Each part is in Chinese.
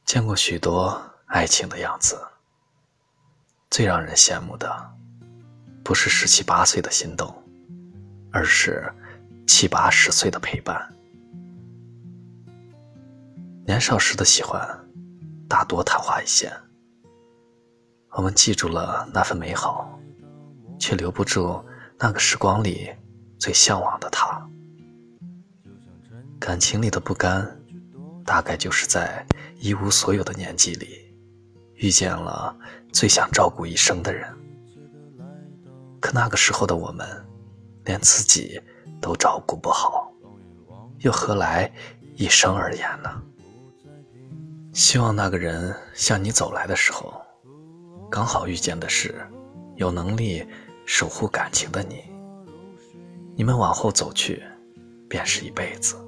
见过许多爱情的样子，最让人羡慕的不是17、18岁的心动，而是7、80岁的陪伴。年少时的喜欢大多昙花一现，我们记住了那份美好，却留不住那个时光里最向往的他。感情里的不甘，大概就是在一无所有的年纪里遇见了最想照顾一生的人。可那个时候的我们连自己都照顾不好，又何来一生而言呢？希望那个人向你走来的时候，刚好遇见的是有能力守护感情的你，你们往后走去便是一辈子。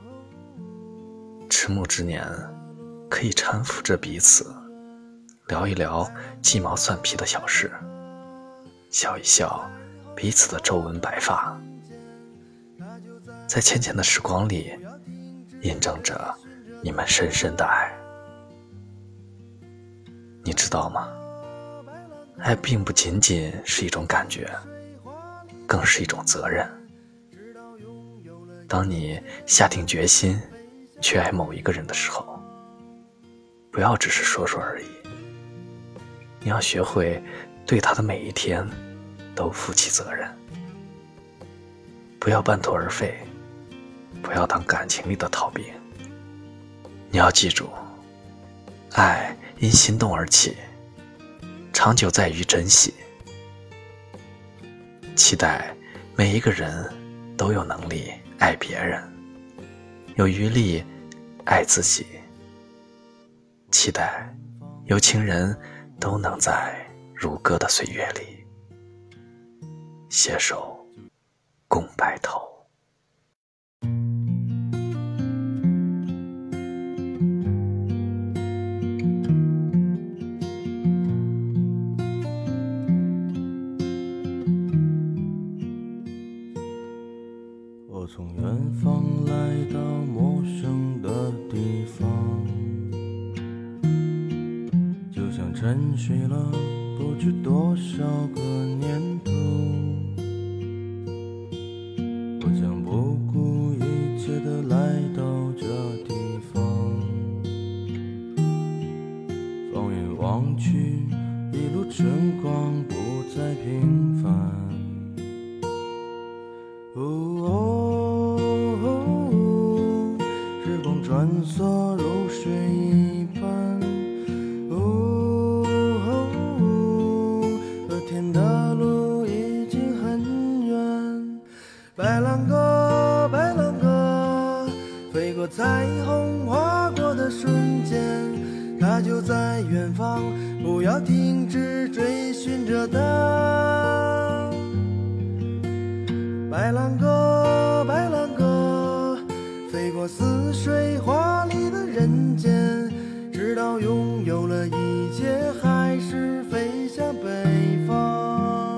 迟暮之年，可以搀扶着彼此，聊一聊鸡毛蒜皮的小事，笑一笑彼此的皱纹白发，在浅浅的时光里印证着你们深深的爱。你知道吗？爱并不仅仅是一种感觉，更是一种责任。当你下定决心去爱某一个人的时候，不要只是说说而已，你要学会对他的每一天都负起责任，不要半途而废，不要当感情里的逃兵。你要记住，爱因心动而起，长久在于珍惜。期待每一个人都有能力爱别人，有余力爱自己。期待有情人都能在如歌的岁月里携手共白头。 我从远方来到陌生的地方，就像沉睡了不知多少个年头。我将不顾一切地来到这地方，放眼望去，一路晨光不再平凡。时光穿梭如水一般，和天的路已经很远。白兰鸽，白兰鸽，飞过彩虹划过的瞬间，它就在远方，不要停止追寻着它。白兰鸽，白兰鸽，飞过似水华丽的人间，直到拥有了一切，还是飞向北方。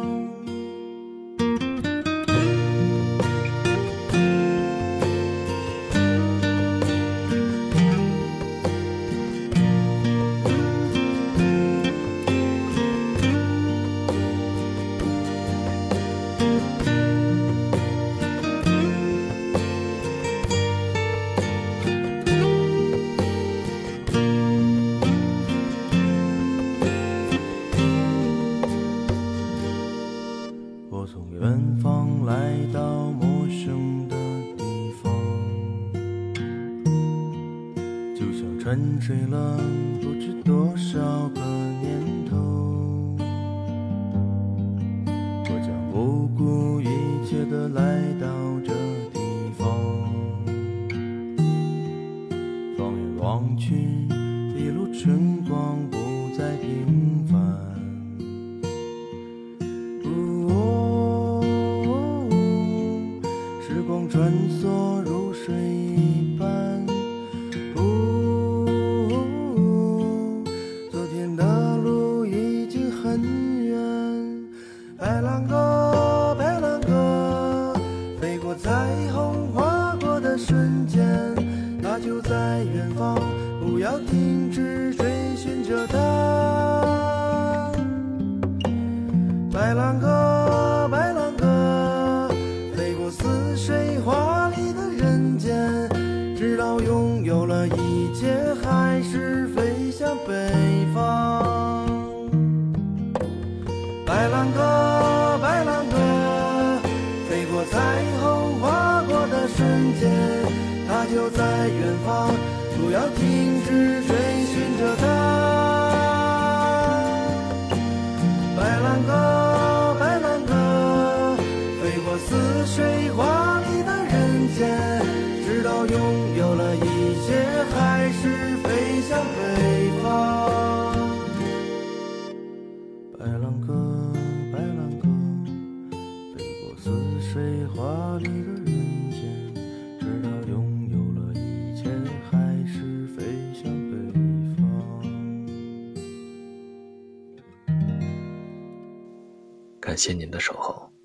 我从远方来到陌生的地方，就像沉睡了不知多少个年头。我将不顾一切地来到这地方，放眼望去，一路晨光不再平凡。时光穿梭如水一般，昨天的路已经很远。白兰鸽，白兰鸽，飞过彩虹划过的瞬间，它就在远方，不要停停止追寻着它。白兰鸽，白兰鸽，飞过似水华丽的人间，直到拥有了一切，还是飞向北方。白兰鸽，白兰鸽，飞过彩虹划过的瞬间，它就在远方，不要停止追寻着它。白兰鸽，白兰鸽，飞过似水华丽的人间，直到拥有了一切，还是飞向北方。白兰鸽，白兰鸽，飞过似水华丽的人间，直到拥有了一切，还是飞向北方。 感谢您的守候。